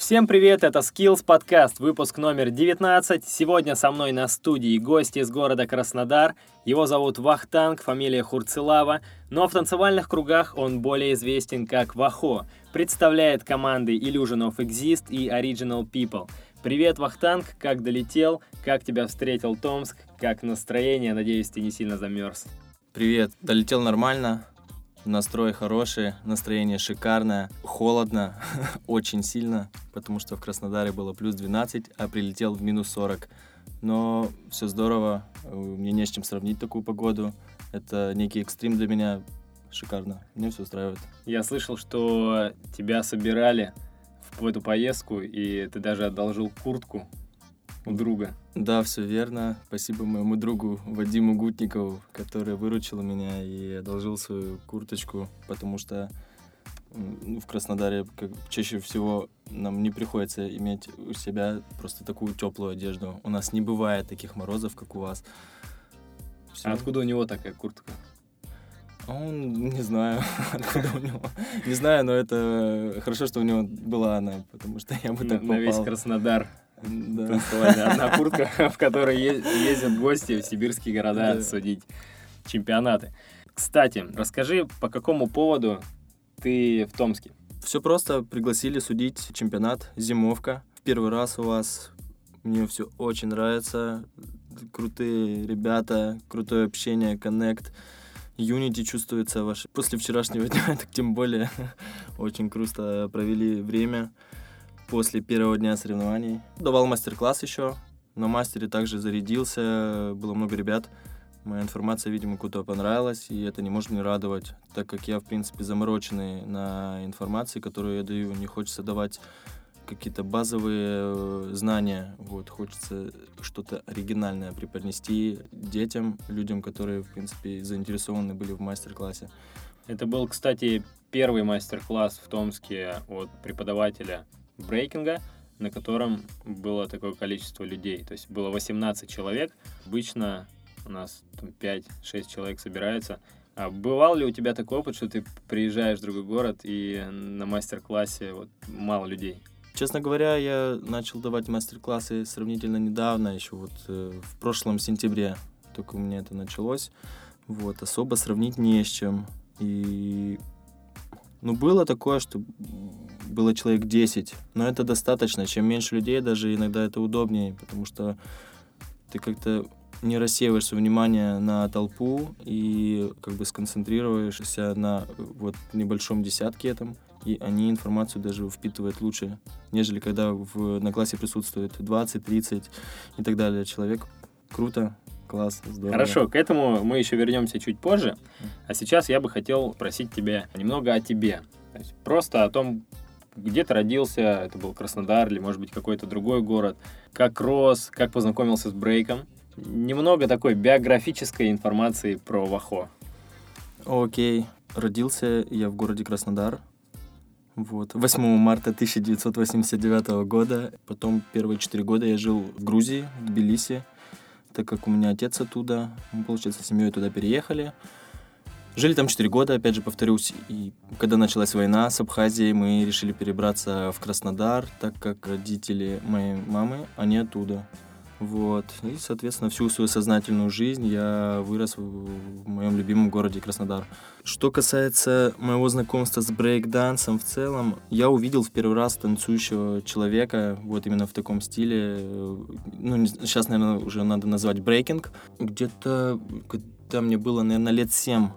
Всем привет, это Skills подкаст, выпуск номер 19. Сегодня со мной на студии гость из города Краснодар. Его зовут Вахтанг, фамилия Хурцелава, но в танцевальных кругах он более известен как Вахо. Представляет команды Illusion of Exist и Original People. Привет, Вахтанг, как долетел, как тебя встретил Томск, как настроение, надеюсь, ты не сильно замерз. Привет, долетел нормально. Настрой хороший, настроение шикарное, холодно, очень сильно, потому что в Краснодаре было плюс 12, а прилетел в минус 40. Но все здорово, мне не с чем сравнить такую погоду. Это некий экстрим для меня, шикарно, мне все устраивает. Я слышал, что тебя собирали в эту поездку, и ты даже одолжил куртку у друга. Да, все верно. Спасибо моему другу Вадиму Гутникову, который выручил меня и одолжил свою курточку, потому что в Краснодаре чаще всего нам не приходится иметь у себя просто такую теплую одежду. У нас не бывает таких морозов, как у вас. А откуда у него такая куртка? Он, не знаю, откуда у него. Не знаю, но это хорошо, что у него была она, потому что я бы так попал. На весь Краснодар. Да. Танцевальная одна куртка, в которой ездят гости в сибирские города судить чемпионаты. Кстати, расскажи, по какому поводу ты в Томске? Все просто, пригласили судить чемпионат, зимовка. В первый раз у вас, мне все очень нравится. Крутые ребята, крутое общение, коннект. Юнити чувствуется ваш. После вчерашнего дня, так тем более, очень круто провели время. После первого дня соревнований. Давал мастер-класс еще. На мастере также зарядился. Было много ребят. Моя информация, видимо, кому-то понравилась. И это не может не радовать, так как я, в принципе, замороченный на информации, которую я даю. Не хочется давать какие-то базовые знания. Хочется что-то оригинальное преподнести детям, людям, которые, в принципе, заинтересованы были в мастер-классе. Это был, кстати, первый мастер-класс в Томске от преподавателя брейкинга, на котором было такое количество людей. То есть было 18 человек. Обычно у нас 5-6 человек собираются. А бывал ли у тебя такой опыт, что ты приезжаешь в другой город и на мастер-классе мало людей? Честно говоря, я начал давать мастер-классы сравнительно недавно, еще в прошлом сентябре только у меня это началось. Особо сравнить не с чем. И было такое, что было человек 10, но это достаточно. Чем меньше людей, даже иногда это удобнее, потому что ты как-то не рассеиваешь свое внимание на толпу и сконцентрируешься на небольшом десятке этом, и они информацию даже впитывают лучше, нежели когда на классе присутствует 20, 30 и так далее человек. Круто. Класс, здорово. Хорошо, к этому мы еще вернемся чуть позже. А сейчас я бы хотел спросить тебя немного о тебе. То есть просто о том, где ты родился, это был Краснодар или, может быть, какой-то другой город, как рос, как познакомился с брейком. Немного такой биографической информации про Вахо. Окей. Родился я в городе Краснодар. 8 марта 1989 года. Потом первые 4 года я жил в Грузии, в Тбилиси. Так как у меня отец оттуда, мы, получается, с семьей туда переехали. Жили там 4 года, опять же, повторюсь. И когда началась война с Абхазией, мы решили перебраться в Краснодар, так как родители моей мамы, они оттуда. И, соответственно, всю свою сознательную жизнь я вырос в моем любимом городе Краснодар. Что касается моего знакомства с брейк-дансом в целом, я увидел в первый раз танцующего человека, именно в таком стиле. Сейчас, наверное, уже надо назвать брейкинг. Где-то, когда мне было, наверное, лет 7,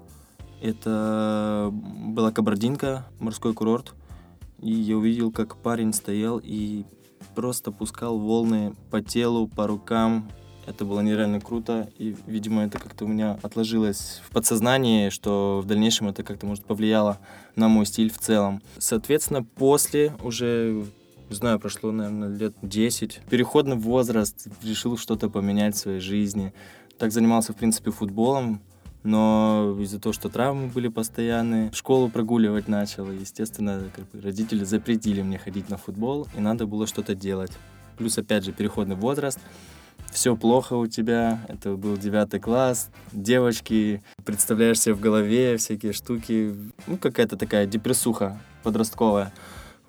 это была Кабардинка, морской курорт. И я увидел, как парень стоял и просто пускал волны по телу, по рукам. Это было нереально круто. И, видимо, это как-то у меня отложилось в подсознании, что в дальнейшем это как-то, может, повлияло на мой стиль в целом. Соответственно, после уже, не знаю, прошло, наверное, лет 10. Переходный возраст, решил что-то поменять в своей жизни. Так занимался, в принципе, футболом. Но из-за того, что травмы были постоянные, школу прогуливать начал. И, естественно, родители запретили мне ходить на футбол, и надо было что-то делать. Плюс, опять же, переходный возраст. Все плохо у тебя. Это был 9 класс. Девочки, представляешь себе в голове всякие штуки. Какая-то такая депрессуха подростковая.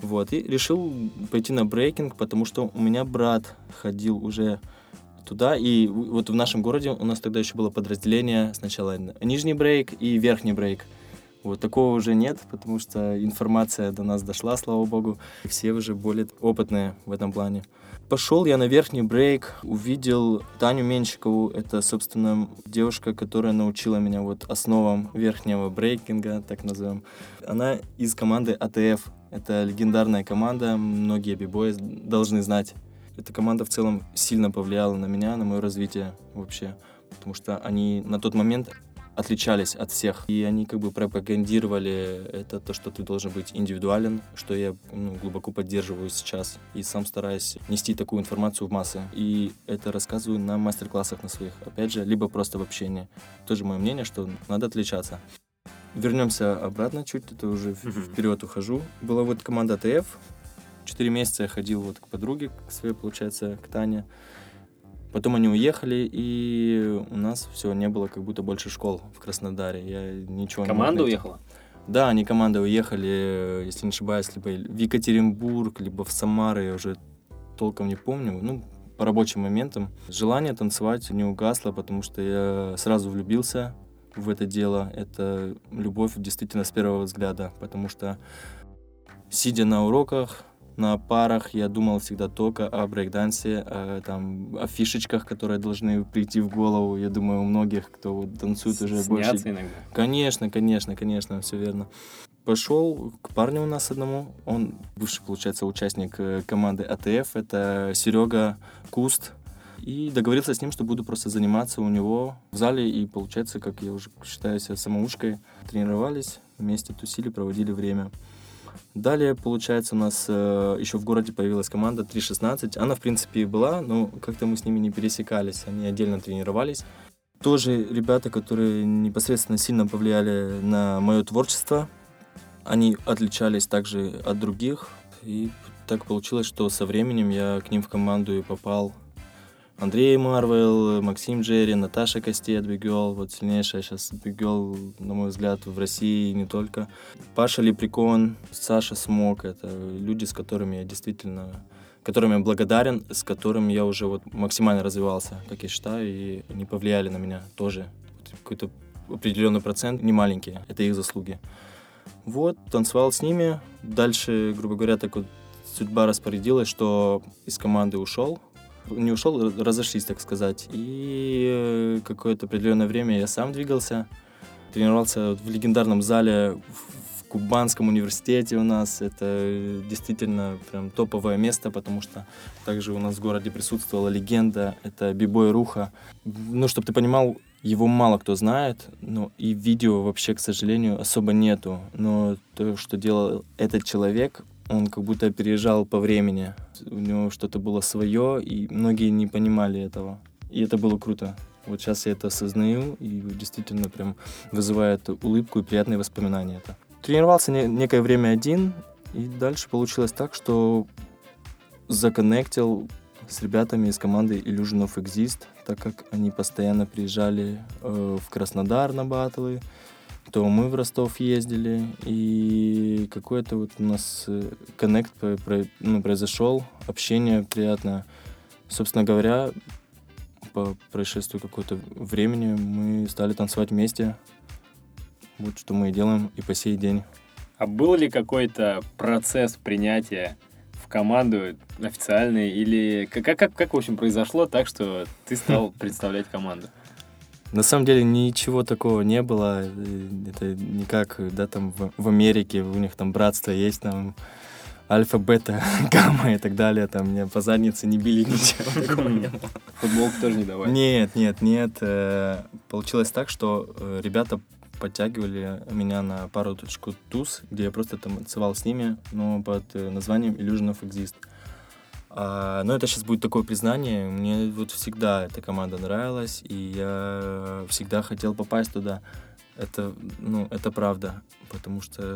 Вот, и решил пойти на брейкинг, потому что у меня брат ходил уже туда, и вот в нашем городе у нас тогда еще было подразделение, сначала нижний брейк и верхний брейк. Вот такого уже нет, потому что информация до нас дошла, слава богу. Все уже более опытные в этом плане. Пошел я на верхний брейк, увидел Таню Менщикову. Это, собственно, девушка, которая научила меня вот основам верхнего брейкинга, так назовем. Она из команды АТФ. Это легендарная команда, многие бибои должны знать. Эта команда в целом сильно повлияла на меня, на мое развитие вообще, потому что они на тот момент отличались от всех. И они как бы пропагандировали это, то, что ты должен быть индивидуален, что я глубоко поддерживаю сейчас. И сам стараюсь нести такую информацию в массы. И это рассказываю на мастер-классах на своих. Опять же, либо просто в общении. Тоже мое мнение, что надо отличаться. Вернемся обратно чуть, это уже вперед ухожу. Была вот команда АТФ. 4 месяца я ходил вот к подруге, к своей, получается, к Тане. Потом они уехали, и у нас все, не было как будто больше школ в Краснодаре. Я ничего Команда уехала? Да, они командой уехали, если не ошибаюсь, либо в Екатеринбург, либо в Самару, я уже толком не помню. По рабочим моментам. Желание танцевать не угасло, потому что я сразу влюбился в это дело. Это любовь действительно с первого взгляда, потому что, сидя на уроках, на парах, я думал всегда только о брейк-дансе, о фишечках, которые должны прийти в голову. Я думаю, у многих, кто вот танцует уже больше... Снятся иногда? Конечно, все верно. Пошел к парню у нас одному. Он бывший, получается, участник команды АТФ. Это Серега Куст. И договорился с ним, что буду просто заниматься у него в зале. И получается, как я уже считаю себя самоучкой, тренировались, вместе тусили, проводили время. Далее, получается, у нас еще в городе появилась команда 3.16. Она, в принципе, и была, но как-то мы с ними не пересекались, они отдельно тренировались. Тоже ребята, которые непосредственно сильно повлияли на мое творчество. Они отличались также от других. И так получилось, что со временем я к ним в команду и попал. Андрей Марвел, Максим Джерри, Наташа Костет, биггерл, вот сильнейшая сейчас биггерл, на мой взгляд, в России и не только. Паша Лепрекон, Саша Смок, это люди, с которыми я действительно, которым я благодарен, с которыми я уже вот максимально развивался, как я считаю, и они повлияли на меня тоже. Какой-то определенный процент, не маленький, это их заслуги. Вот, танцевал с ними. Дальше, грубо говоря, так вот судьба распорядилась, что из команды ушел. Не ушел, разошлись, так сказать. И какое-то определенное время я сам двигался. Тренировался в легендарном зале в Кубанском университете у нас. Это действительно прям топовое место, потому что также у нас в городе присутствовала легенда. Это бибой Руха. Чтобы ты понимал, его мало кто знает, но и видео вообще, к сожалению, особо нету. Но то, что делал этот человек, он как будто опережал по времени. У него что-то было свое, и многие не понимали этого. И это было круто. Вот сейчас я это осознаю, и действительно прям вызывает улыбку и приятные воспоминания это. Тренировался некое время один, и дальше получилось так, что законнектил с ребятами из команды Illusion of Exist, так как они постоянно приезжали в Краснодар на баттлы, то мы в Ростов ездили, и какой-то вот у нас коннект произошел, общение приятное. Собственно говоря, по происшествию какого-то времени мы стали танцевать вместе. Вот что мы и делаем и по сей день. А был ли какой-то процесс принятия в команду официальный, или как в общем, произошло так, что ты стал представлять команду? На самом деле ничего такого не было. Это не как, да, там в Америке, у них там братство есть, там альфа, бета, гамма и так далее. Там меня по заднице не били, ничего такого не было. Футболку тоже не давали? Нет. Получилось так, что ребята подтягивали меня на пару.туз, где я просто там танцевал с ними, но под названием Illusion of Exist. Но это сейчас будет такое признание. Мне вот всегда эта команда нравилась, и я всегда хотел попасть туда. Это правда, потому что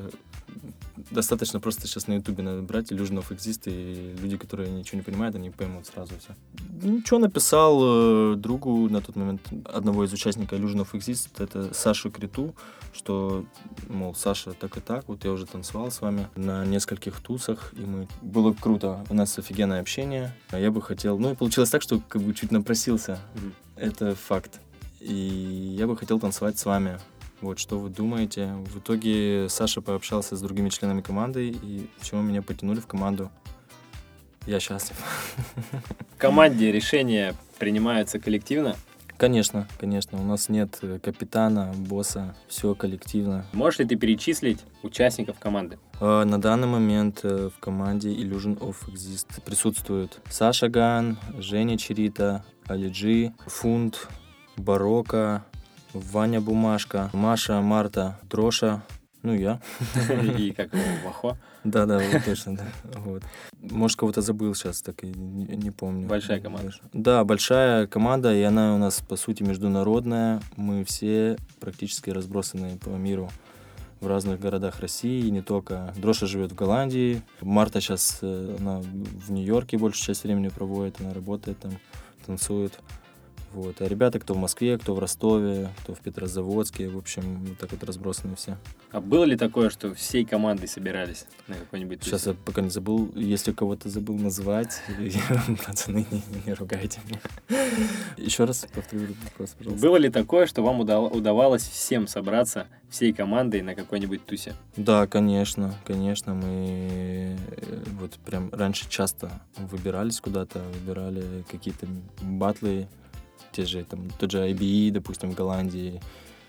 достаточно просто сейчас на Ютубе надо брать Illusion of Exist, и люди, которые ничего не понимают, они поймут сразу все. Ничего, написал другу на тот момент, одного из участников Illusion of Exist, это Сашу Криту, что, мол, Саша, так и так, вот я уже танцевал с вами на нескольких тусах, и было круто, у нас офигенное общение, а я бы хотел, и получилось так, что как бы чуть напросился, это факт, и я бы хотел танцевать с вами. Вот, что вы думаете? В итоге Саша пообщался с другими членами команды, и почему меня потянули в команду. Я счастлив. В команде решения принимаются коллективно? Конечно. У нас нет капитана, босса, все коллективно. Можешь ли ты перечислить участников команды? На данный момент в команде Illusion of Exist присутствуют Саша Ган, Женя Чирита, Алиджи, Фунт, Барока, Ваня Бумажка, Маша, Марта, Троша, я. И как его, Вахо? Да, вот точно, да. Вот. Может, кого-то забыл сейчас, так и не помню. Большая команда. Да, большая команда, и она у нас, по сути, международная. Мы все практически разбросаны по миру в разных городах России, и не только. Дроша живет в Голландии, Марта сейчас она в Нью-Йорке большую часть времени проводит, она работает там, танцует. Вот. А ребята, кто в Москве, кто в Ростове, кто в Петрозаводске, в общем, вот так вот разбросаны все. А было ли такое, что всей командой собирались на какой-нибудь тусе? Сейчас я пока не забыл, если кого-то забыл назвать, пацаны, не ругайте меня. Еще раз повторю вопрос, пожалуйста. Было ли такое, что вам удавалось всем собраться, всей командой на какой-нибудь тусе? Да, конечно, мы вот прям раньше часто выбирались куда-то, выбирали какие-то батлы, тот же IBE, допустим, в Голландии,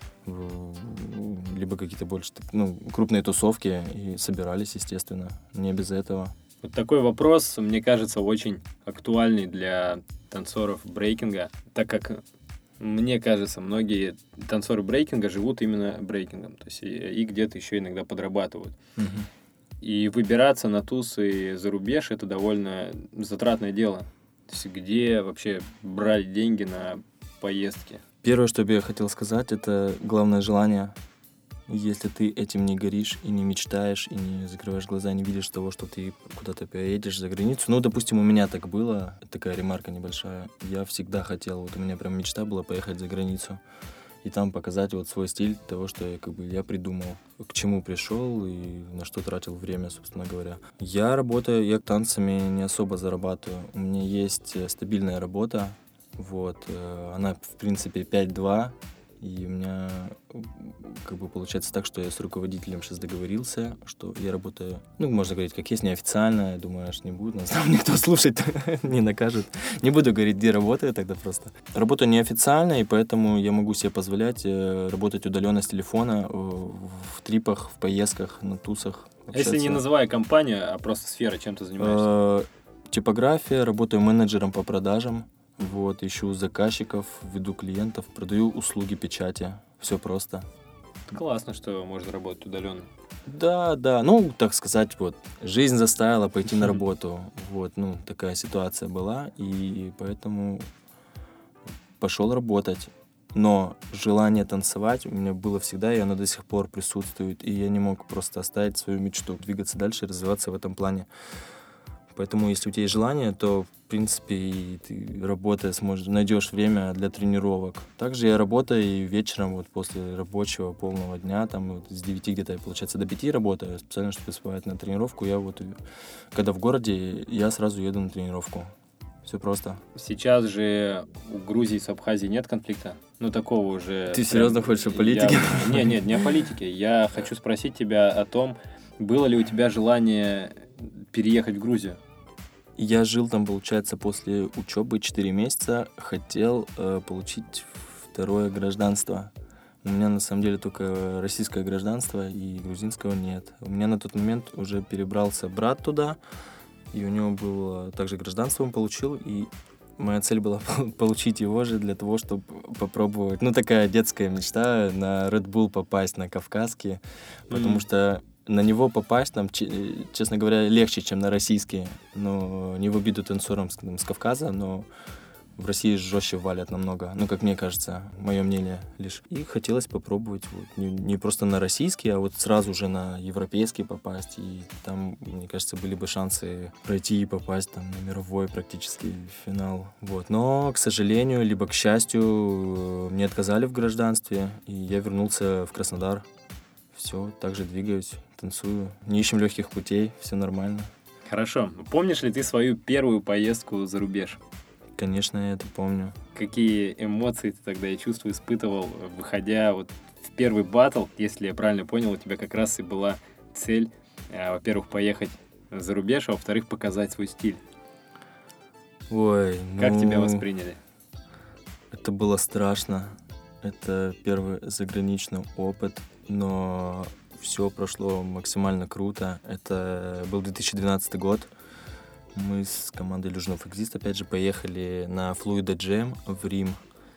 либо какие-то больше крупные тусовки, и собирались, естественно, не без этого. Вот такой вопрос, мне кажется, очень актуальный для танцоров брейкинга, так как, мне кажется, многие танцоры брейкинга живут именно брейкингом, то есть и где-то еще иногда подрабатывают. И выбираться на тусы за рубеж — это довольно затратное дело. То есть где вообще брать деньги на поездки? Первое, что бы я хотел сказать, это главное желание. Если ты этим не горишь и не мечтаешь, и не закрываешь глаза, и не видишь того, что ты куда-то поедешь за границу. Допустим, у меня так было, такая ремарка небольшая. Я всегда хотел, у меня прям мечта была поехать за границу и там показать свой стиль того, что я придумал, к чему пришел и на что тратил время, собственно говоря. Я танцами не особо зарабатываю. У меня есть стабильная работа, она, в принципе, 5-2, и у меня получается так, что я с руководителем сейчас договорился, что я работаю, можно говорить, как есть, неофициально, я думаю, аж не будет, нас там никто слушать не накажет. Не буду говорить, где работаю тогда просто. Работаю неофициально, и поэтому я могу себе позволять работать удаленно с телефона в трипах, в поездках, на тусах. Если не называя компанию, а просто сфера, чем ты занимаешься? Типография, работаю менеджером по продажам. Ищу заказчиков, веду клиентов, продаю услуги печати. Все просто. Классно, что можно работать удаленно. Да, так сказать, жизнь заставила пойти на работу. Такая ситуация была, и поэтому пошел работать. Но желание танцевать у меня было всегда, и оно до сих пор присутствует, и я не мог просто оставить свою мечту, двигаться дальше и развиваться в этом плане. Поэтому, если у тебя есть желание, то, в принципе, и ты, работая, найдешь время для тренировок. Также я работаю и вечером, после рабочего полного дня, с 9 где-то, получается, до 5 работаю, специально, чтобы успевать на тренировку. Когда в городе, я сразу еду на тренировку. Все просто. Сейчас же у Грузии с Абхазией нет конфликта? Такого уже... Ты серьезно хочешь о политике? Нет, не о политике. Я хочу спросить тебя о том, было ли у тебя желание переехать в Грузию? Я жил там, получается, после учебы 4 месяца, хотел получить второе гражданство. У меня, на самом деле, только российское гражданство, и грузинского нет. У меня на тот момент уже перебрался брат туда, и у него было также гражданство, он получил, и моя цель была получить его же для того, чтобы попробовать, такая детская мечта, на Red Bull попасть на Кавказский, потому что на него попасть, честно говоря, легче, чем на российские. Но не в обиду танцорам с Кавказа, но В России жестче валят намного, ну, как мне кажется, мое мнение лишь. И хотелось попробовать вот, не просто на российский, а вот сразу же на европейский попасть. И там, мне кажется, были бы шансы пройти и попасть там на мировой практически финал. Вот. Но, к сожалению, либо к счастью, мне отказали в гражданстве, и я вернулся в Краснодар. Все, также двигаюсь, танцую. Не ищем легких путей, все нормально. Хорошо. Помнишь ли ты свою первую поездку за рубеж? Конечно, я это помню. Какие эмоции ты тогда и чувства испытывал, выходя вот в первый баттл? Если я правильно понял, у тебя как раз и была цель, во-первых, поехать за рубеж, а во-вторых, показать свой стиль. Ой, Как тебя восприняли? Это было страшно. Это первый заграничный опыт, но все прошло максимально круто. Это был 2012 год. Мы с командой Illusion of Exist, опять же, поехали на Fluida Jam в Рим.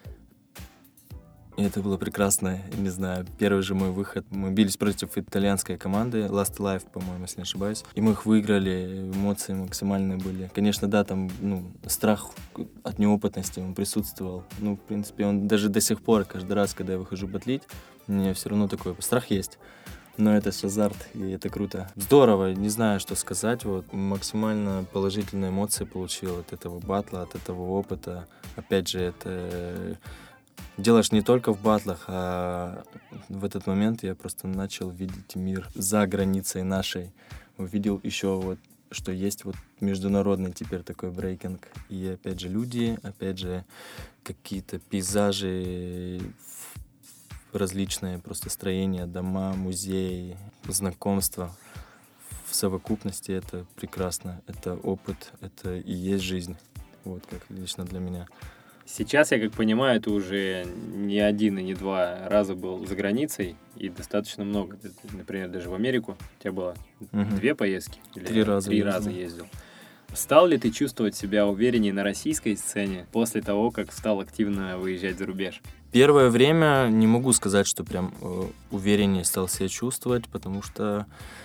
И это было прекрасно, не знаю, первый же мой выход. Мы бились против итальянской команды Last Life, по-моему, если не ошибаюсь. И мы их выиграли, эмоции максимальные были. Конечно, да, там, страх от неопытности, он присутствовал. В принципе, он даже до сих пор, каждый раз, когда я выхожу батлить, у меня все равно такой страх есть. Но это же азарт, и это круто. Здорово, не знаю, что сказать. Вот, максимально положительные эмоции получил от этого батла, от этого опыта. Опять же, это делаешь не только в батлах, а в этот момент я просто начал видеть мир за границей нашей. Увидел еще вот, что есть вот международный теперь такой брейкинг. И опять же люди, опять же какие-то пейзажи, различные просто строения, дома, музеи, знакомства. В совокупности это прекрасно. Это опыт, это и есть жизнь. Вот как лично для меня. Сейчас, я как понимаю, ты уже не один и не два раза был за границей, и достаточно много. Ты, например, даже в Америку у тебя было 2 поездки? Или 3 раза. 3 раза ездил. Стал ли ты чувствовать себя увереннее на российской сцене после того, как стал активно выезжать за рубеж? Первое время не могу сказать, что прям увереннее стал себя чувствовать, потому что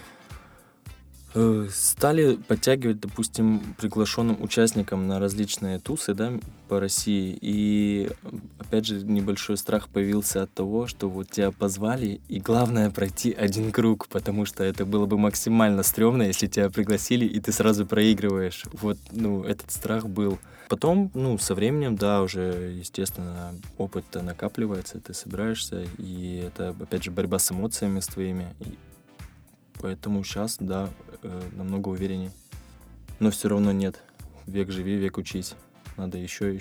стали подтягивать, допустим, приглашенным участникам на различные тусы, да, по России. И, опять же, небольшой страх появился от того, что вот тебя позвали, и главное пройти один круг, потому что это было бы максимально стрёмно, если тебя пригласили, и ты сразу проигрываешь. Вот, этот страх был. Потом, со временем, да, уже, естественно, опыт-то накапливается, ты собираешься, и это, опять же, борьба с эмоциями с твоими. Поэтому сейчас, да, намного увереннее. Но все равно нет. Век живи, век учись. Надо еще.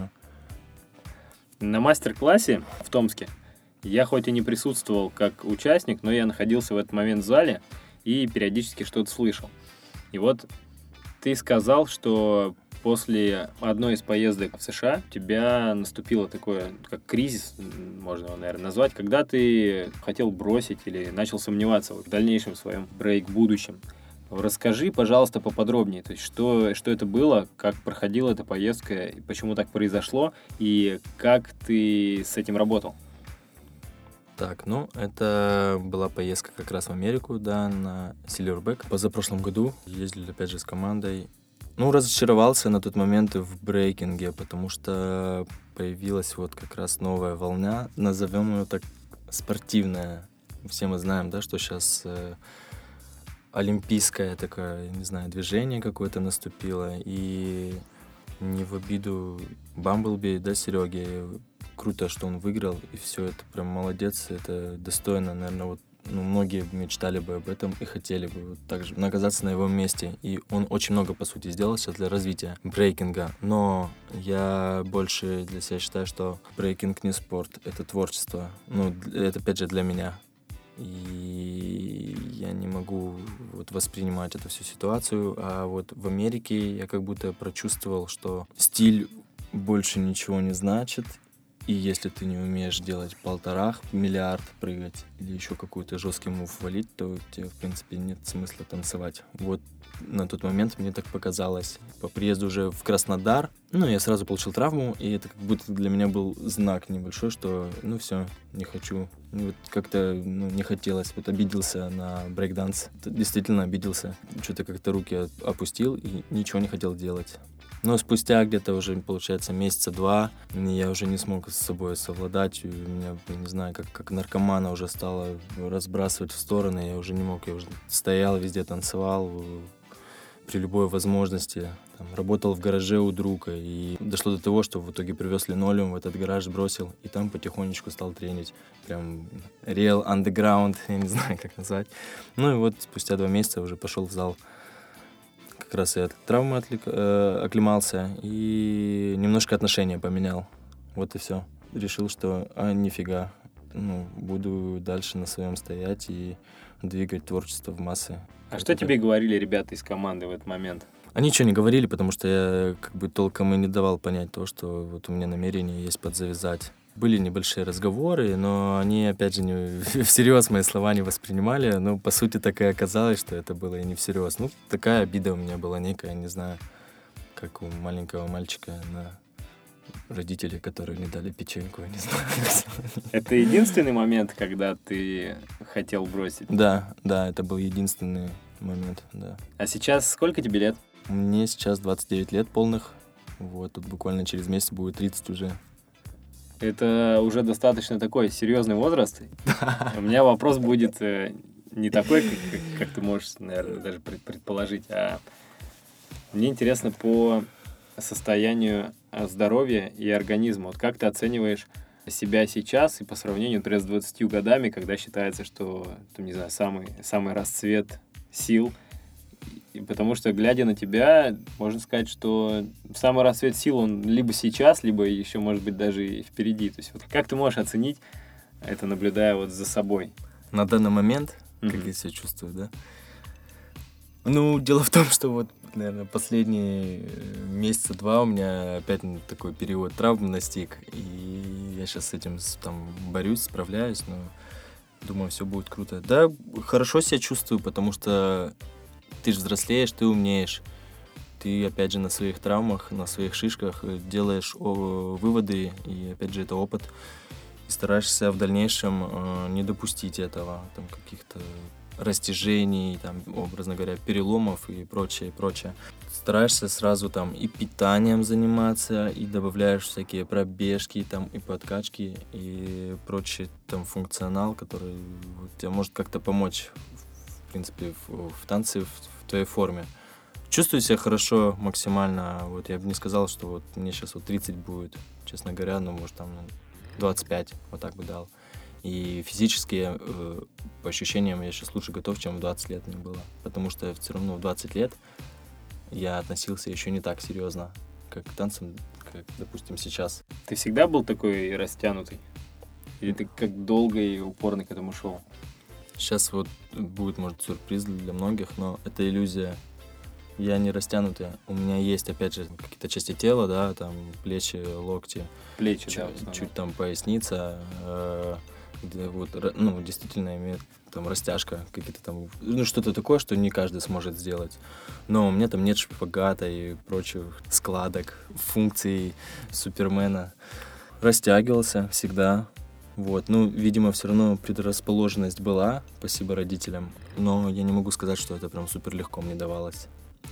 На мастер-классе в Томске я хоть и не присутствовал как участник, но я находился в этот момент в зале и периодически что-то слышал. И вот ты сказал, что после одной из поездок в США у тебя наступило такое, как кризис, можно его, наверное, назвать, когда ты хотел бросить или начал сомневаться в дальнейшем своем брейк-будущем. Расскажи, пожалуйста, поподробнее, то есть что это было, как проходила эта поездка, почему так произошло и как ты с этим работал? Так, это была поездка как раз в Америку, да, на Silverback. Позапрошлом году ездили, опять же, с командой. Разочаровался на тот момент в брейкинге, потому что появилась вот как раз новая волна, назовем ее так, спортивная. Все мы знаем, да, что сейчас олимпийское такое, не знаю, движение какое-то наступило. И не в обиду Бамблби, да, Сереги, круто, что он выиграл, и все, это прям молодец, это достойно, наверное, вот. Многие мечтали бы об этом и хотели бы вот так же оказаться на его месте. И он очень много, по сути, сделал сейчас для развития брейкинга. Но я больше для себя считаю, что брейкинг не спорт, это творчество. Это, опять же, для меня. И я не могу воспринимать эту всю ситуацию. А вот в Америке я как будто прочувствовал, что стиль больше ничего не значит. И если ты не умеешь делать 1,5 миллиарда прыгать или еще какой-то жесткий мув валить, то тебе, в принципе, нет смысла танцевать. Вот на тот момент мне так показалось. По приезду уже в Краснодар, я сразу получил травму, и это как будто для меня был знак небольшой, что, все, не хочу. Как-то, не хотелось. Обиделся на брейкданс. Действительно обиделся. Что-то как-то руки опустил и ничего не хотел делать. Но спустя где-то уже, получается, месяца 2 я уже не смог с собой совладать. И меня, не знаю, как наркомана уже стало разбрасывать в стороны. Я уже не мог, я уже стоял, везде танцевал при любой возможности. Там, работал в гараже у друга. И дошло до того, что в итоге привез линолеум в этот гараж, бросил. И там потихонечку стал тренить. Прям real underground, я не знаю, как назвать. Ну и вот спустя 2 месяца уже пошел в зал. Как раз и от травмы оклемался, и немножко отношения поменял. Вот и все. Решил, что нифига, буду дальше на своем стоять и двигать творчество в массы. А что тебе говорили ребята из команды в этот момент? Они ничего не говорили, потому что я толком и не давал понять то, что вот у меня намерение есть подзавязать. Были небольшие разговоры, но они, опять же, всерьез мои слова не воспринимали. Но, по сути, так и оказалось, что это было и не всерьез. Такая обида у меня была некая, не знаю, как у маленького мальчика на родителей, которые не дали печеньку, я не знаю. Это единственный момент, когда ты хотел бросить? Да, это был единственный момент, да. А сейчас сколько тебе лет? Мне сейчас 29 лет полных. Вот, тут буквально через месяц будет 30 уже. Это уже достаточно такой серьезный возраст. У меня вопрос будет не такой, как ты можешь, наверное, даже предположить, а мне интересно по состоянию здоровья и организма. Вот как ты оцениваешь себя сейчас и по сравнению, например, с 20 годами, когда считается, что, не знаю, самый расцвет сил. Потому что, глядя на тебя, можно сказать, что самый расцвет сил, он либо сейчас, либо еще, может быть, даже и впереди. То есть вот как ты можешь оценить это, наблюдая вот за собой? На данный момент, как я себя чувствую, да? Дело в том, что вот, наверное, последние месяца 2 у меня опять такой период травм настиг. И я сейчас с этим борюсь, справляюсь, но думаю, все будет круто. Да, хорошо себя чувствую, потому что ты же взрослеешь, ты умнеешь. Ты, опять же, на своих травмах, на своих шишках делаешь выводы, и, опять же, это опыт. И стараешься в дальнейшем не допустить этого, каких-то растяжений, образно говоря, переломов и прочее. Стараешься сразу и питанием заниматься, и добавляешь всякие пробежки, и подкачки, и прочий функционал, который тебе может как-то помочь, в принципе, в танце, в твоей форме. Чувствую себя хорошо максимально. Вот я бы не сказал, что вот мне сейчас 30 будет, честно говоря, может 25, вот так бы дал. И физически, по ощущениям, я сейчас лучше готов, чем в 20 лет мне было. Потому что все равно в 20 лет я относился еще не так серьезно, как к танцам, как, допустим, сейчас. Ты всегда был такой растянутый? Или ты как долго и упорно к этому шел? Сейчас вот будет, может, сюрприз для многих, но это иллюзия. Я не растянутый. У меня есть, опять же, какие-то части тела, да, плечи, локти. Плечи, чуть поясница. Вот, действительно имеет растяжка, какие-то что-то такое, что не каждый сможет сделать. Но у меня нет шпагата и прочих складок, функций супермена. Растягивался всегда. Вот, видимо, все равно предрасположенность была, спасибо родителям, но я не могу сказать, что это прям супер легко мне давалось.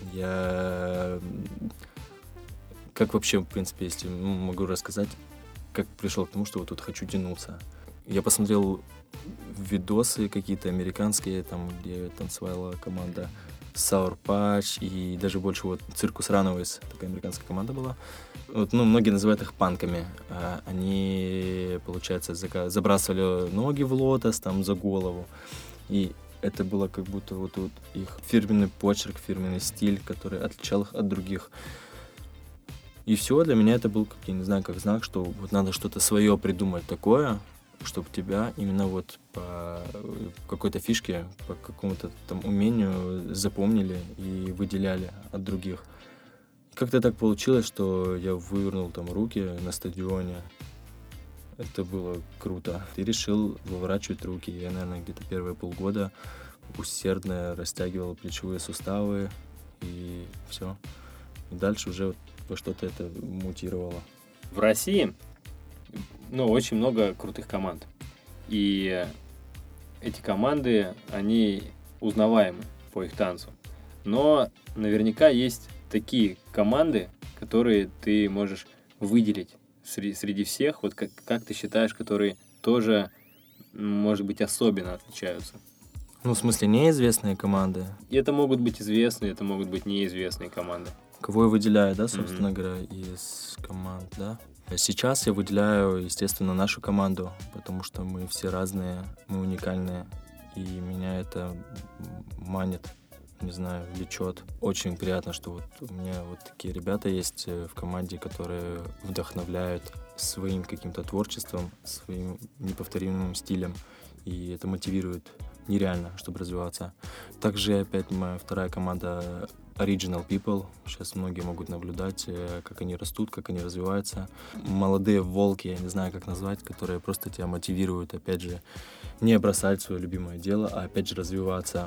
Как вообще, в принципе, если могу рассказать, как пришел к тому, что вот тут хочу тянуться. Я посмотрел видосы какие-то американские, где танцевала команда Sour Patch и даже больше Circus Runaways, такая американская команда была. Вот, многие называют их панками. Они, получается, забрасывали ноги в лотос за голову. И это было как будто вот их фирменный почерк, фирменный стиль, который отличал их от других. И все, для меня это был, я не знаю, как знак, что вот надо что-то свое придумать такое, чтобы тебя именно по какой-то фишке, по какому-то умению запомнили и выделяли от других. Как-то так получилось, что я вывернул руки на стадионе. Это было круто. И решил выворачивать руки. Я, наверное, где-то первые полгода усердно растягивал плечевые суставы. И все. И дальше уже во что-то это мутировало. В России очень много крутых команд. И эти команды, они узнаваемы по их танцу. Но наверняка есть такие команды, которые ты можешь выделить среди всех? Вот как ты считаешь, которые тоже, может быть, особенно отличаются? Ну, в смысле, неизвестные команды. И это могут быть известные, это могут быть неизвестные команды. Кого я выделяю, да, собственно говоря, из команд, да? Сейчас я выделяю, естественно, нашу команду, потому что мы все разные, мы уникальные, и меня это манит, не знаю, влечет. Очень приятно, что вот у меня вот такие ребята есть в команде, которые вдохновляют своим каким-то творчеством, своим неповторимым стилем, и это мотивирует нереально, чтобы развиваться. Также опять моя вторая команда Original People. Сейчас многие могут наблюдать, как они растут, как они развиваются. Молодые волки, я не знаю, как назвать, которые просто тебя мотивируют, опять же, не бросать свое любимое дело, а опять же развиваться.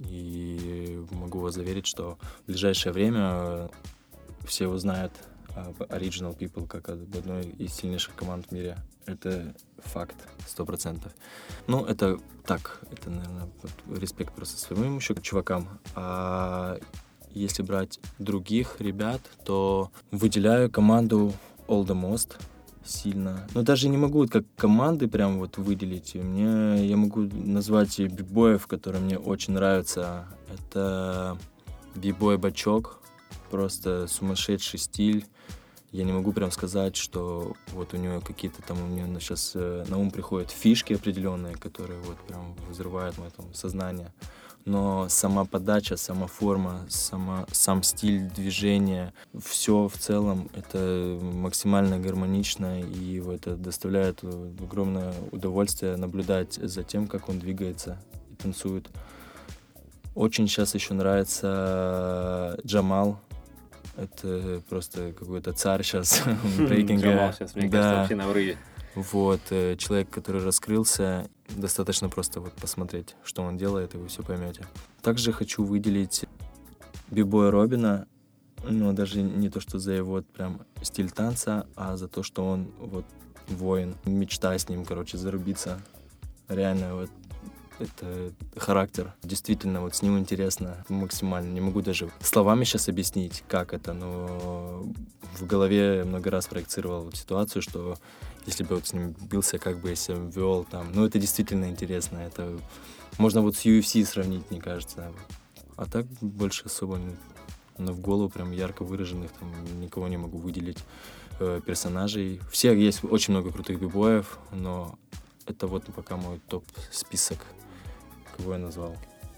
И могу вас заверить, что в ближайшее время все узнают об Original People как об одной из сильнейших команд в мире. Это факт, 100%. Ну, это так, это, наверное, респект просто своим еще чувакам. А если брать других ребят, то выделяю команду All The Most сильно. Но даже не могу как команды прям вот выделить. Я могу назвать бибоев, которые мне очень нравятся. Это бибой Бачок, просто сумасшедший стиль. Я не могу прям сказать, что вот у него какие-то там, у меня сейчас на ум приходят фишки определенные, которые вот прям взрывают мое там сознание. Но сама подача, сама форма, сам стиль движения, все в целом это максимально гармонично, и это доставляет огромное удовольствие наблюдать за тем, как он двигается и танцует. Очень сейчас еще нравится Джамал. Это просто какой-то царь сейчас брейкинга. Джамал сейчас, мне кажется, вообще на врыве. Вот, человек, который раскрылся, достаточно просто вот посмотреть, что он делает, и вы все поймете. Также хочу выделить бибоя Робина, но даже не то, что за его прям стиль танца, а за то, что он вот воин. Мечта с ним, зарубиться. Реально, вот это характер. Действительно, вот с ним интересно максимально. Не могу даже словами сейчас объяснить, как это, но в голове я много раз проецировал ситуацию, что если бы вот с ним бился, как бы я себя вел там. Ну, это действительно интересно. Это можно вот с UFC сравнить, мне кажется. А так больше особо в голову прям ярко выраженных там никого не могу выделить персонажей. Все есть очень много крутых бибоев, но это вот пока мой топ-список, кого я назвал.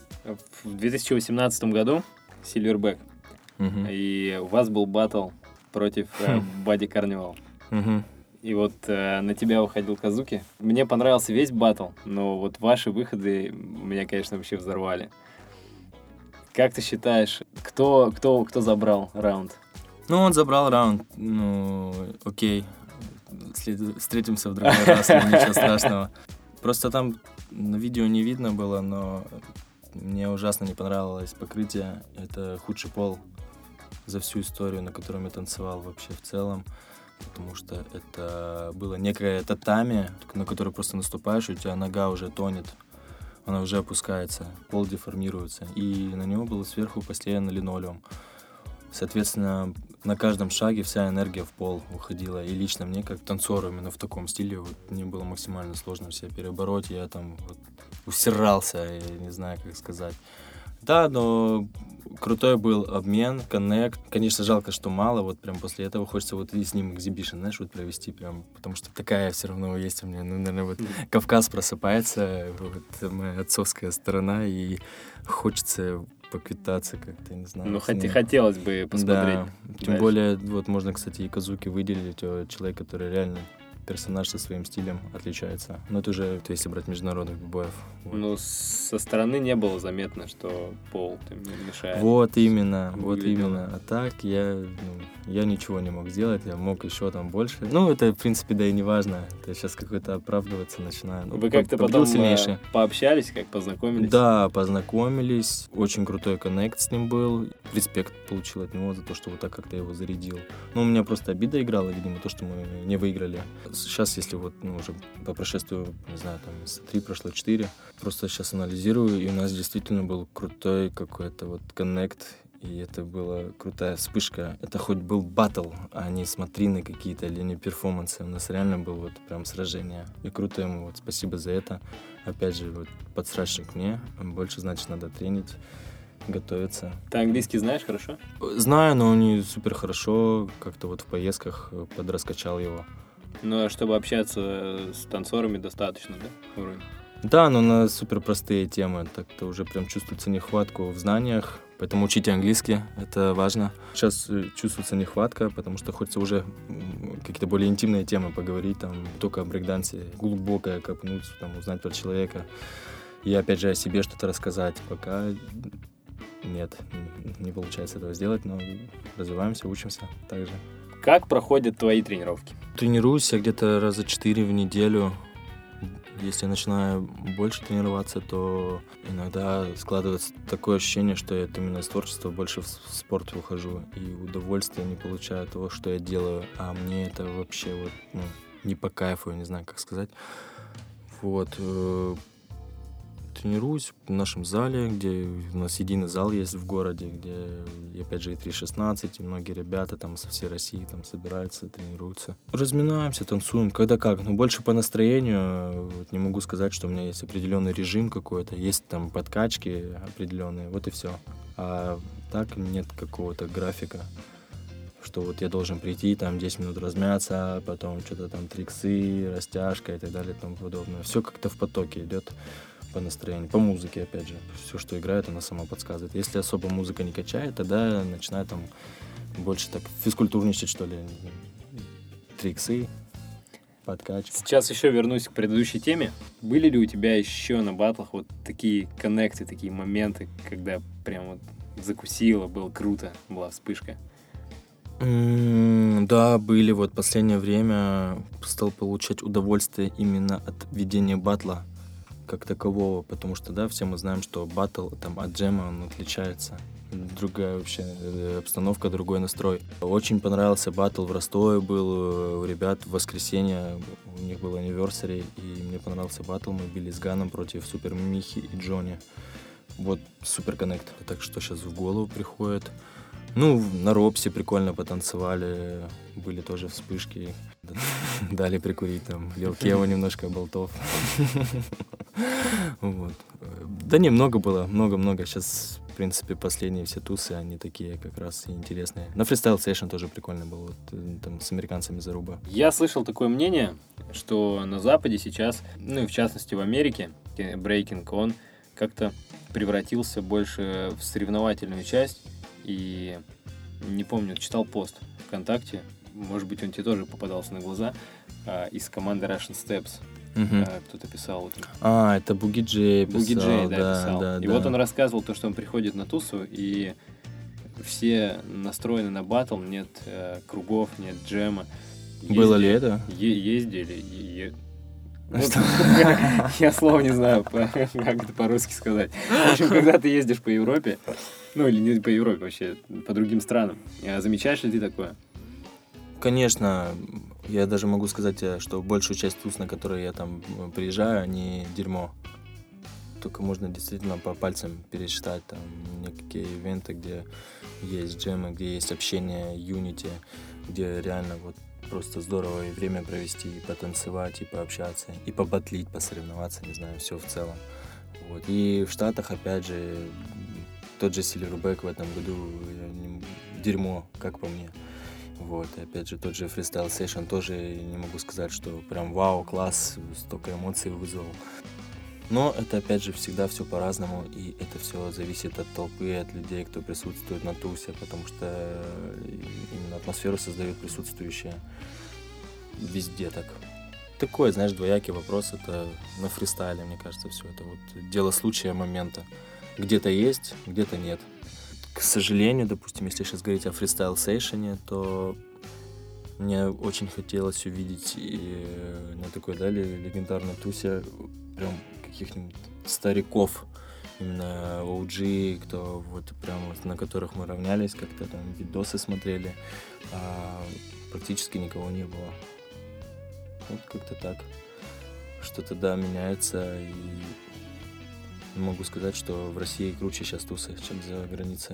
В 2018 году Silverback, и у вас был баттл против Body Carnival. И вот на тебя выходил Казуки. Мне понравился весь баттл, но вот ваши выходы меня, конечно, вообще взорвали. Как ты считаешь, кто забрал раунд? Ну, он забрал раунд. Ну, окей. Встретимся в другой раз, ничего страшного. Просто там на видео не видно было, но мне ужасно не понравилось покрытие. Это худший пол за всю историю, на котором я танцевал вообще в целом. Потому что это было некое татами, на которое просто наступаешь, и у тебя нога уже тонет, она уже опускается, пол деформируется. И на него было сверху постоянно линолеум. Соответственно, на каждом шаге вся энергия в пол уходила. И лично мне, как танцору, именно в таком стиле, мне было максимально сложно себя перебороть. Я там усирался, я не знаю, как сказать. Да, но крутой был обмен, коннект. Конечно, жалко, что мало. Вот прям после этого хочется и с ним экзибишн, знаешь, провести прям. Потому что такая все равно есть у меня. Ну, наверное, Кавказ просыпается, моя отцовская сторона, и хочется поквитаться как-то, не знаю. Ну, хотелось бы посмотреть. Да, тем более, можно, кстати, и Казуки выделить. Человек, который реально персонаж со своим стилем отличается. Но это уже, если брать международных бибоев. Ну, со стороны не было заметно, что пол мешает. Вот именно. А так я ничего не мог сделать, я мог еще там больше. Ну, это, в принципе, да и не важно. Это сейчас какой-то оправдываться начинаю. Вы как-то потом пообщались, как познакомились? Да, познакомились. Очень крутой коннект с ним был. Респект получил от него за то, что вот так как-то его зарядил. Ну, у меня просто обида играла, видимо, то, что мы не выиграли. Сейчас, если уже по прошествию, не знаю, там, 3 прошло 4, просто сейчас анализирую, и у нас действительно был крутой какой-то коннект, И это была крутая вспышка. Это хоть был баттл, а не смотрины какие-то или не перформансы. У нас реально было вот прям сражение. И круто ему, вот спасибо за это. Опять же, вот подсрачник мне. Больше, значит, надо тренить, готовиться. Ты английский знаешь хорошо? Знаю, но не супер хорошо. Как-то вот в поездках подраскачал его. Ну, а чтобы общаться с танцорами достаточно, да, уровень? Да, но на супер простые темы. Так-то уже прям чувствуется нехватку в знаниях. Поэтому учите английский, это важно. Сейчас чувствуется нехватка, потому что хочется уже какие-то более интимные темы поговорить, там, только о брейкдансе, глубокое копнуть, там, узнать про человека. И опять же о себе что-то рассказать. Пока нет, не получается этого сделать, но развиваемся, учимся также. Как проходят твои тренировки? Тренируюсь я где-то раза 4 в неделю. Если я начинаю больше тренироваться, то иногда складывается такое ощущение, что я именно из творчества больше в спорт ухожу и удовольствие не получаю от того, что я делаю, а мне это вообще вот, не по кайфу, я не знаю, как сказать. Вот. Тренируюсь в нашем зале, где у нас единый зал есть в городе, где, опять же, и 3.16, и многие ребята там со всей России там собираются, тренируются. Разминаемся, танцуем, когда как, но больше по настроению. Вот не могу сказать, что у меня есть определенный режим какой-то, есть там подкачки определенные, вот и все. А так нет какого-то графика, что вот я должен прийти, там 10 минут размяться, потом что-то там триксы, растяжка и так далее и тому подобное. Все как-то в потоке идет. По настроению, по музыке, опять же. Все, что играет, она сама подсказывает. Если особо музыка не качает, тогда начинаю там больше так физкультурничать, что ли. Триксы, подкач. Сейчас еще вернусь к предыдущей теме. Были ли у тебя еще на батлах вот такие коннекты, такие моменты, когда прям вот закусило, было круто, была вспышка? Да, были. Вот последнее время стал получать удовольствие именно от ведения батла как такового, потому что, да, все мы знаем, что баттл там от джема он отличается. Другая вообще обстановка, другой настрой. Очень понравился баттл в Ростове был, у ребят в воскресенье, у них был anniversary, и мне понравился баттл, мы били с Ганом против Супер Михи и Джонни. Вот супер коннект. Так что сейчас в голову приходит. Ну, на Робсе прикольно потанцевали, были тоже вспышки. Дали прикурить там, Лил Кева немножко болтов. Вот. Да немного было, много-много. Сейчас, в принципе, последние все тусы, они такие как раз и интересные. На фристайл сейшн тоже прикольно было, вот, там с американцами заруба. Я слышал такое мнение, что на Западе сейчас, ну и в частности в Америке, брейкинг, он как-то превратился больше в соревновательную часть. И не помню, читал пост ВКонтакте, может быть, он тебе тоже попадался на глаза, из команды Russian Steps. Кто-то писал. Вот, это Буги Джей писал. Буги Джей, да, писал. Да, и вот он рассказывал то, что он приходит на тусу, и все настроены на баттл, нет кругов, нет джема. Было ли это? Ездили. Я слова не знаю, как это по-русски сказать. В общем, когда ты ездишь по Европе, ну или не по Европе вообще, по другим странам, замечаешь ли ты такое? Конечно, я даже могу сказать, что большую часть туз, на которые я там приезжаю, они дерьмо. Только можно действительно по пальцам пересчитать там некие ивенты, где есть джемы, где есть общение, юнити, где реально вот просто здорово и время провести, и потанцевать, и пообщаться, и побатлить, посоревноваться, не знаю, все в целом. Вот. И в Штатах, опять же, тот же Силербек в этом году дерьмо, как по мне. Вот, и опять же, тот же фристайл сейшн тоже не могу сказать, что прям вау, класс, столько эмоций вызвал. Но это, опять же, всегда все по-разному, и это все зависит от толпы, от людей, кто присутствует на тусе, потому что именно атмосферу создают присутствующие везде так. Такой, знаешь, двоякий вопрос, это на фристайле, мне кажется, все это вот дело случая, момента. Где-то есть, где-то нет. К сожалению, допустим, если сейчас говорить о фристайл-сейшене, то мне очень хотелось увидеть и на такой, да, легендарной тусе прям каких-нибудь стариков, именно OG, кто вот прям вот, на которых мы равнялись, как-то там видосы смотрели, а практически никого не было. Вот как-то так. Что-то, да, меняется, и могу сказать, что в России круче сейчас тусы, чем за границей.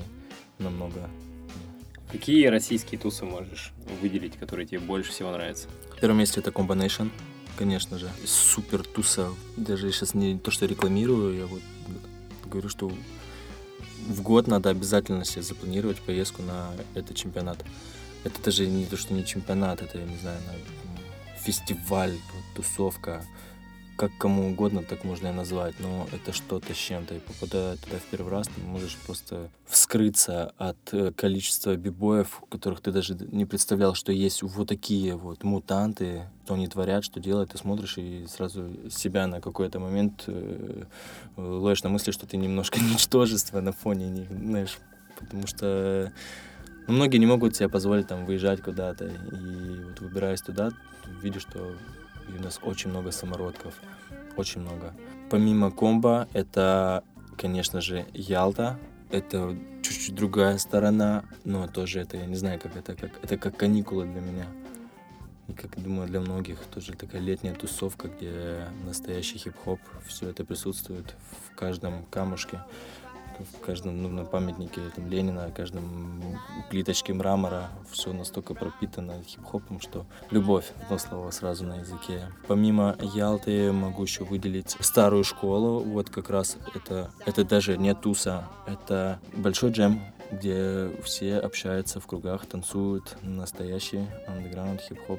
намного. Какие российские тусы можешь выделить, которые тебе больше всего нравятся? В первом месте это Combination, конечно же. Супер туса. Даже сейчас не то, что рекламирую, я вот говорю, что в год надо обязательно себе запланировать поездку на этот чемпионат. Это даже не то, что не чемпионат, это, я не знаю, фестиваль, тусовка. Как кому угодно, так можно и назвать, но это что-то с чем-то. И попадая туда в первый раз, ты можешь просто вскрыться от количества бибоев, которых ты даже не представлял, что есть вот такие вот мутанты, что они творят, что делают. Ты смотришь и сразу себя на какой-то момент ловишь на мысли, что ты немножко ничтожество на фоне них, знаешь, потому что многие не могут себе позволить там выезжать куда-то. И вот выбираясь туда, видишь, что и у нас очень много самородков, очень много. Помимо комбо, это, конечно же, Ялта. Это чуть-чуть другая сторона, но тоже это, я не знаю, это как каникулы для меня. И, как думаю, для многих тоже такая летняя тусовка, где настоящий хип-хоп, все это присутствует в каждом камушке, в каждом на памятнике там, Ленина, в каждом плиточке мрамора. Все настолько пропитано хип-хопом, что любовь, одно слово сразу на языке. Помимо Ялты могу еще выделить старую школу. Вот как раз это даже не туса, это большой джем, где все общаются в кругах, танцуют, настоящий андеграунд, хип-хоп.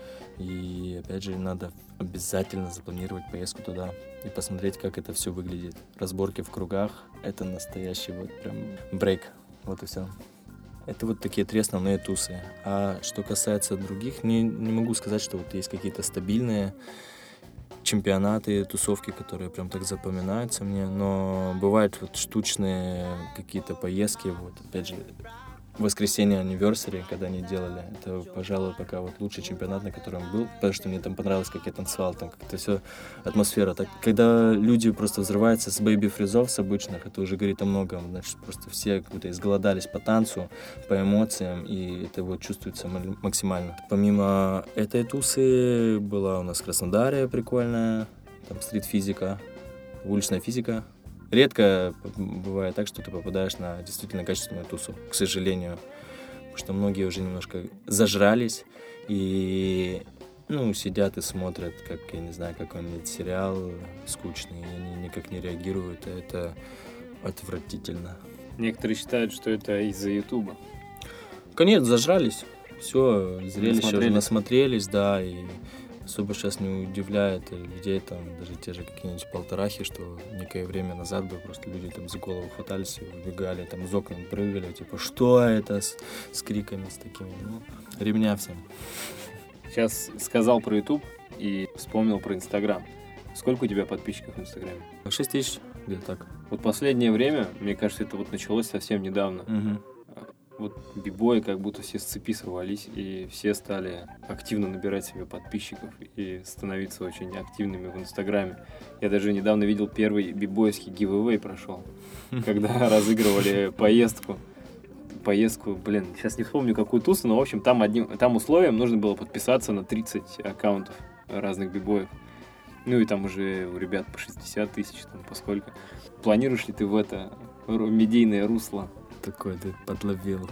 И опять же, надо обязательно запланировать поездку туда и посмотреть, как это все выглядит. Разборки в кругах — это настоящий вот прям брейк. Вот и все. Это вот такие 3 основные тусы. А что касается других, не могу сказать, что вот есть какие-то стабильные чемпионаты, тусовки, которые прям так запоминаются мне, но бывают вот штучные какие-то поездки, вот опять же, воскресенье anniversary, когда они делали, это, пожалуй, пока вот лучший чемпионат, на котором был, потому что мне там понравилось, как я танцевал, там как-то все, атмосфера. Так, когда люди просто взрываются с бэйби-фризов, с обычных, это уже говорит о многом, значит, просто все как будто изголодались по танцу, по эмоциям, и это вот чувствуется максимально. Помимо этой тусы была у нас в Краснодаре прикольная, там стрит-физика, уличная физика. Редко бывает так, что ты попадаешь на действительно качественную тусу, к сожалению. Потому что многие уже немножко зажрались и сидят и смотрят, как, я не знаю, какой-нибудь сериал скучный, и они никак не реагируют, а это отвратительно. Некоторые считают, что это из-за Ютуба. Конечно, зажрались. Все, зрелище уже насмотрелись, да, и особо сейчас не удивляет людей, там, даже те же какие-нибудь полторахи, что некое время назад бы просто люди там за голову хватались и убегали, там, из окон прыгали, типа, что это с криками, с такими, ремня всем. Сейчас сказал про YouTube и вспомнил про Инстаграм. Сколько у тебя подписчиков в Инстаграме? 6 тысяч, где-то так. Вот последнее время, мне кажется, это вот началось совсем недавно. Угу. Вот бибои как будто все с цепи сорвались, и все стали активно набирать себе подписчиков и становиться очень активными в Инстаграме. Я даже недавно видел первый бибойский гивэвэй прошел, когда разыгрывали поездку, сейчас не вспомню какую тусу, но в общем там условием нужно было подписаться на 30 аккаунтов разных бибоев. Ну и там уже у ребят по 60 тысяч, там по сколько. Планируешь ли ты в это медийное русло? Такой ты подловил.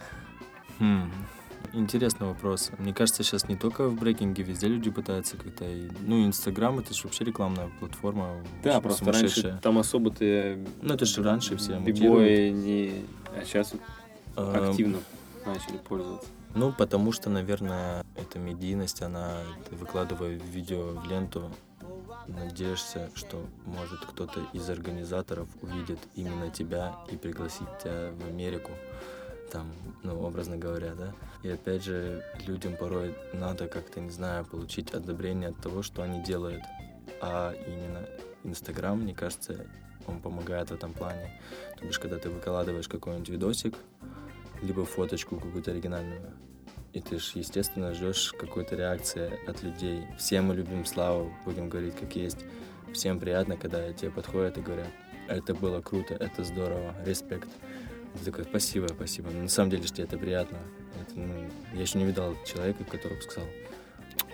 Интересный вопрос. Мне кажется, сейчас не только в брейкинге, везде люди пытаются как-то... Инстаграм — это же вообще рекламная платформа. Да, просто раньше там особо ты... это же раньше все бибои не... А сейчас активно начали пользоваться. Потому что, наверное, эта медийность, ты выкладывая видео в ленту, надеешься, что, может, кто-то из организаторов увидит именно тебя и пригласит тебя в Америку, там, образно говоря, да. И опять же, людям порой надо как-то, не знаю, получить одобрение от того, что они делают. А именно Инстаграм, мне кажется, он помогает в этом плане. То бишь, когда ты выкладываешь какой-нибудь видосик, либо фоточку какую-то оригинальную, и ты же, естественно, ждешь какой-то реакции от людей. Все мы любим славу, будем говорить как есть. Всем приятно, когда тебе подходят и говорят: это было круто, это здорово, респект. Ты такой: спасибо. Но на самом деле, что тебе это приятно. Я еще не видал человека, который бы сказал: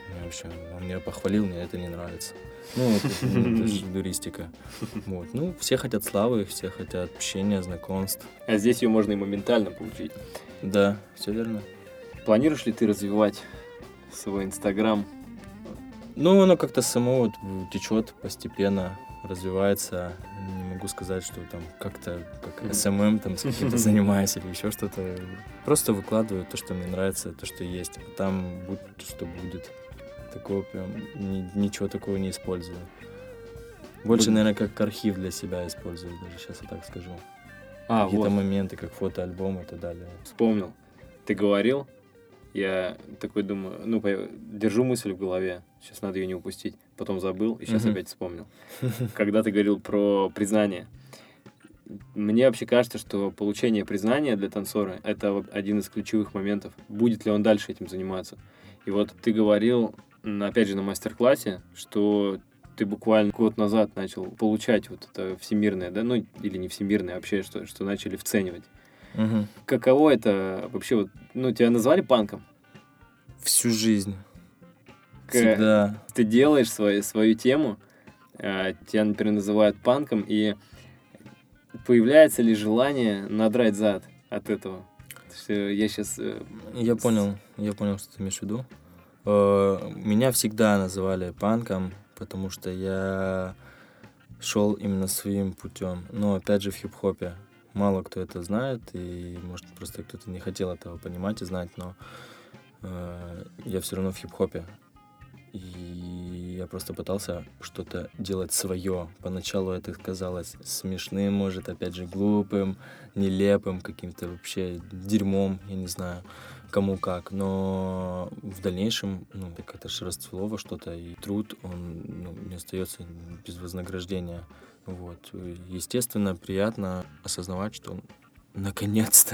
В общем, он меня похвалил, мне это не нравится. Ну, это же дуристика. Вот. Ну, все хотят славы, все хотят общения, знакомств. А здесь ее можно и моментально получить. Да, все верно. Планируешь ли ты развивать свой Инстаграм? Ну, оно как-то само вот течет постепенно, развивается. Не могу сказать, что там как-то как СММ там с каким-то занимаюсь или еще что-то. Просто выкладываю то, что мне нравится, то, что есть. А там будет, что будет. Такого прям ничего такого не использую. Больше, наверное, как архив для себя использую, даже сейчас я так скажу. Какие-то моменты, как фотоальбом и так далее. Вспомнил. Ты говорил, я такой думаю, держу мысль в голове, сейчас надо ее не упустить. Потом забыл и сейчас опять вспомнил. Когда ты говорил про признание. Мне вообще кажется, что получение признания для танцора — это один из ключевых моментов. Будет ли он дальше этим заниматься? И вот ты говорил, опять же, на мастер-классе, что ты буквально год назад начал получать вот это всемирное, да, ну, или не всемирное, вообще, что начали вценивать. Каково это вообще, вот, тебя назвали панком? Всю жизнь. Всегда. Ты делаешь свою тему, тебя, например, называют панком, и появляется ли желание надрать зад от этого? Что я сейчас... Я понял, что ты имеешь в виду. Меня всегда называли панком, потому что я шел именно своим путем. Но опять же в хип-хопе мало кто это знает, и может просто кто-то не хотел этого понимать и знать, но я все равно в хип-хопе. И я просто пытался что-то делать свое. Поначалу это казалось смешным, может, опять же, глупым, нелепым, каким-то вообще дерьмом, я не знаю, кому как. Но в дальнейшем, так это же расцвело во что-то, и труд, он не остается без вознаграждения. Вот. Естественно, приятно осознавать, что наконец-то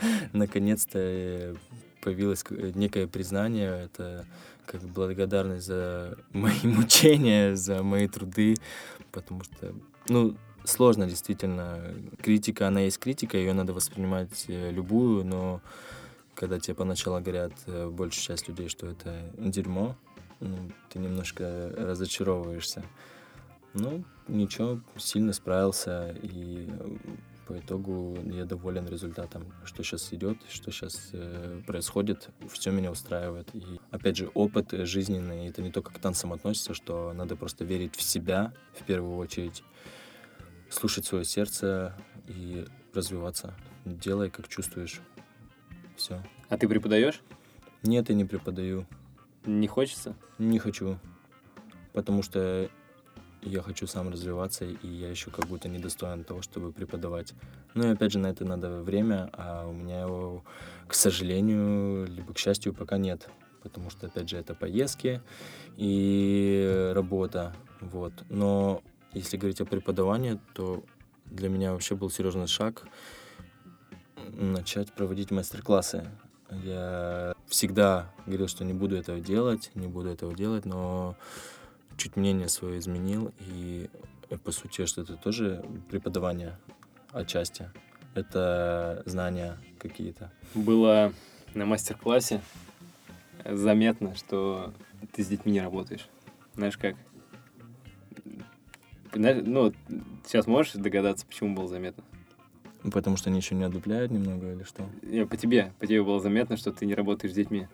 появилось некое признание, это как благодарность за мои мучения, за мои труды, потому что, сложно действительно. Критика, она есть критика, ее надо воспринимать любую, но когда тебе поначалу говорят большая часть людей, что это дерьмо, ты немножко разочаровываешься. Ничего, сильно справился, и по итогу я доволен результатом. Что сейчас идет, что сейчас происходит, все меня устраивает. И опять же, опыт жизненный, это не только к танцам относится, что надо просто верить в себя в первую очередь, слушать свое сердце и развиваться. Делай, как чувствуешь. Все. А ты преподаешь? Нет, я не преподаю. Не хочется? Не хочу. Потому что я хочу сам развиваться, и я еще как будто недостоин того, чтобы преподавать. И опять же, на это надо время, а у меня его, к сожалению, либо к счастью, пока нет. Потому что, опять же, это поездки и работа. Вот. Но если говорить о преподавании, то для меня вообще был серьезный шаг начать проводить мастер-классы. Я всегда говорил, что не буду этого делать, но чуть мнение свое изменил, и по сути, что это тоже преподавание отчасти. Это знания какие-то. Было на мастер-классе заметно, что ты с детьми не работаешь. Знаешь как? Сейчас можешь догадаться, почему было заметно? Потому что они еще не одупляют немного или что? По тебе было заметно, что ты не работаешь с детьми.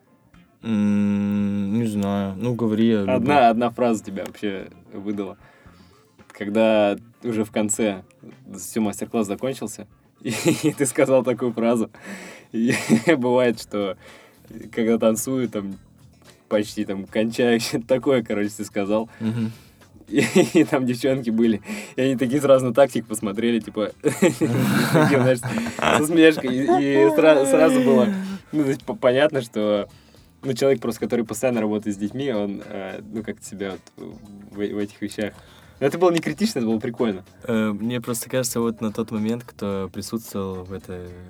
Не знаю. Говори. Одна фраза тебя вообще выдала. Когда уже в конце все, мастер-класс закончился, и ты сказал такую фразу. И бывает, что когда танцую, там почти там кончаю, что-то такое, ты сказал. И там девчонки были. И они такие сразу на тактик посмотрели, типа, знаешь, с усмешкой. И сразу было понятно, что человек, просто который постоянно работает с детьми, он как-то себя в этих вещах... Но это было не критично, это было прикольно. Мне просто кажется, вот на тот момент, кто присутствовал в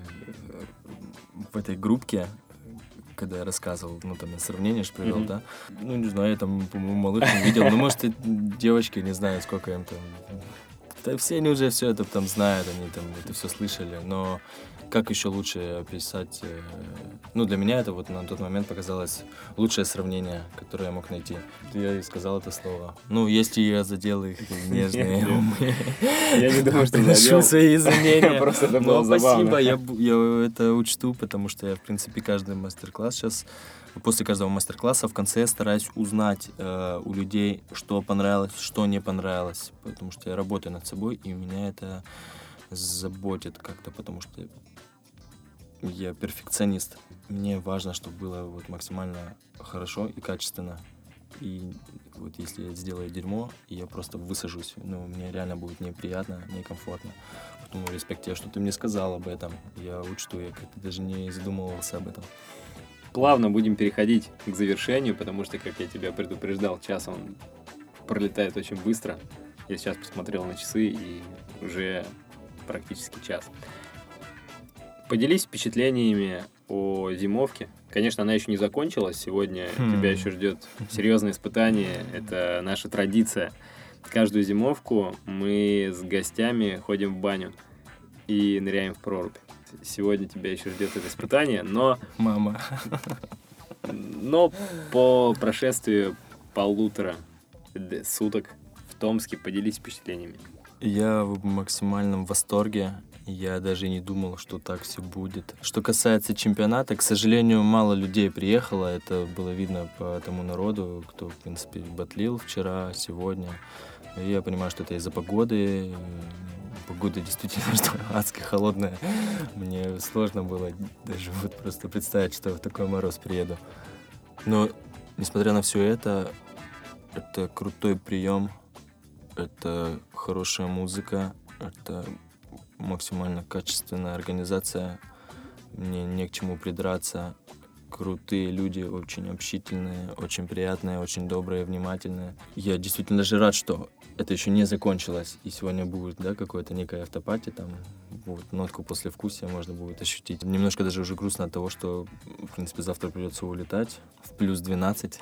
этой группке, когда я рассказывал, там я сравнение же привел, да? Не знаю, я там, по-моему, малых не видел. Может, и девочки, не знаю, сколько им там... Да все они уже все это там знают, они там это все слышали, но Как еще лучше описать? Ну, для меня это вот на тот момент показалось лучшее сравнение, которое я мог найти. Я и сказал это слово. Ну, если я задел их нежные умы. Я не думаю, что приношу свои извинения. Просто это было забавно. Спасибо, я это учту, потому что я, в принципе, каждый мастер-класс сейчас, после каждого мастер-класса в конце стараюсь узнать у людей, что понравилось, что не понравилось, потому что я работаю над собой, и меня это заботит как-то, потому что я перфекционист. Мне важно, чтобы было вот максимально хорошо и качественно. И вот если я сделаю дерьмо, я просто высажусь. Ну, мне реально будет неприятно, некомфортно. Поэтому респект тебе, что ты мне сказал об этом. Я учту, я как-то даже не задумывался об этом. Плавно будем переходить к завершению, потому что, как я тебя предупреждал, час он пролетает очень быстро. Я сейчас посмотрел на часы, и уже практически час. Поделись впечатлениями о зимовке. Конечно, она еще не закончилась. Сегодня тебя еще ждет серьезное испытание. Это наша традиция. Каждую зимовку мы с гостями ходим в баню и ныряем в прорубь. Сегодня тебя еще ждет это испытание, но по прошествии 1,5 суток в Томске поделись впечатлениями. Я в максимальном восторге. Я даже не думал, что так все будет. Что касается чемпионата, к сожалению, мало людей приехало. Это было видно по тому народу, кто, в принципе, батлил вчера, сегодня. И я понимаю, что это из-за погоды. Погода действительно адски холодная. Мне сложно было даже вот просто представить, что в такой мороз приеду. Но, несмотря на все это крутой прием, это хорошая музыка, это максимально качественная организация, мне не к чему придраться. Крутые люди, очень общительные, очень приятные, очень добрые, внимательные. Я действительно даже рад, что это еще не закончилось, и сегодня будет, да, какое-то некое автопати, там, вот, нотку послевкусия можно будет ощутить. Немножко даже уже грустно от того, что, в принципе, завтра придется улетать в плюс 12.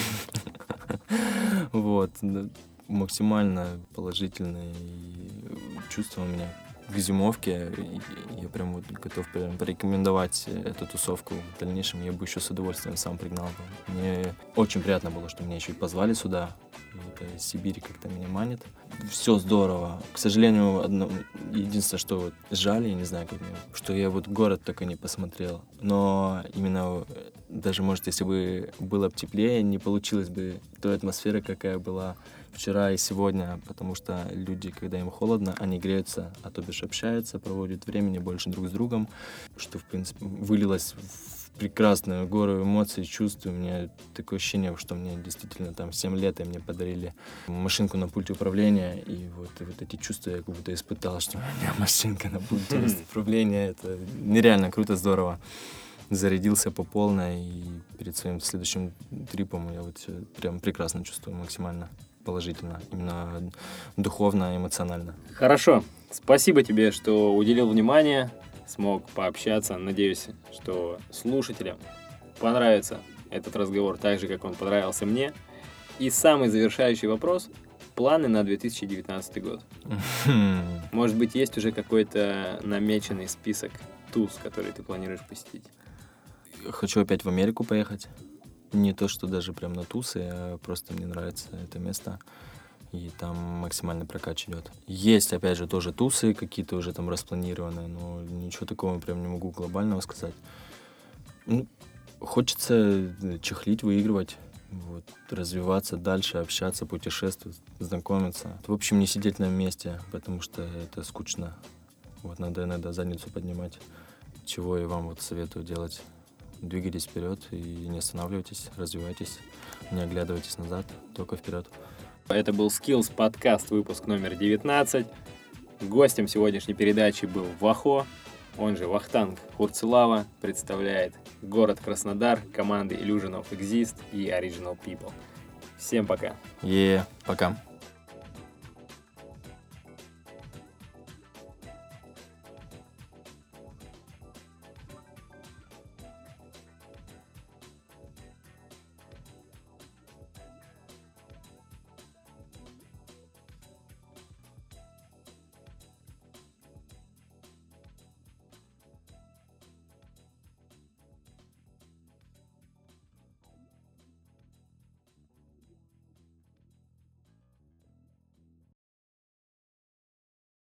Вот, максимально положительные чувства у меня к зимовке. Я прям вот готов порекомендовать эту тусовку в дальнейшем. Я бы еще с удовольствием сам пригнал бы. Мне очень приятно было, что меня еще и позвали сюда. Это Сибирь как-то меня манит. Все здорово. К сожалению, единственное, что вот жаль, я не знаю, как мне, что я вот город только не посмотрел. Но именно даже, может, если бы было бы теплее, не получилось бы той атмосферы, какая была вчера и сегодня, потому что люди, когда им холодно, они греются, а то бишь общаются, проводят времени больше друг с другом, что, в принципе, вылилось в прекрасную гору эмоций, чувств. У меня такое ощущение, что мне действительно там 7 лет, и мне подарили машинку на пульте управления, и вот эти чувства я как будто испытал, что у меня машинка на пульте управления. Это нереально круто, здорово. Зарядился по полной, и перед своим следующим трипом я вот прям прекрасно чувствую, максимально положительно, именно духовно, эмоционально. Хорошо. Спасибо тебе, что уделил внимание, смог пообщаться. Надеюсь, что слушателям понравится этот разговор так же, как он понравился мне. И самый завершающий вопрос. Планы на 2019 год. Может быть, есть уже какой-то намеченный список туз, которые ты планируешь посетить? Хочу опять в Америку поехать. Не то, что даже прям на тусы, а просто мне нравится это место. И там максимальный прокач идет. Есть, опять же, тоже тусы какие-то уже там распланированы, но ничего такого прям не могу глобального сказать. Ну, хочется чехлить, выигрывать, вот, развиваться дальше, общаться, путешествовать, знакомиться. В общем, не сидеть на месте, потому что это скучно. Вот надо иногда задницу поднимать, чего я вам вот советую делать. Двигайтесь вперед и не останавливайтесь, развивайтесь, не оглядывайтесь назад, только вперед. Это был Skills подкаст, выпуск номер 19. Гостем сегодняшней передачи был Вахо, он же Вахтанг Хурцилава, представляет город Краснодар, команды Illusion of Exist и Original People. Всем пока. Пока.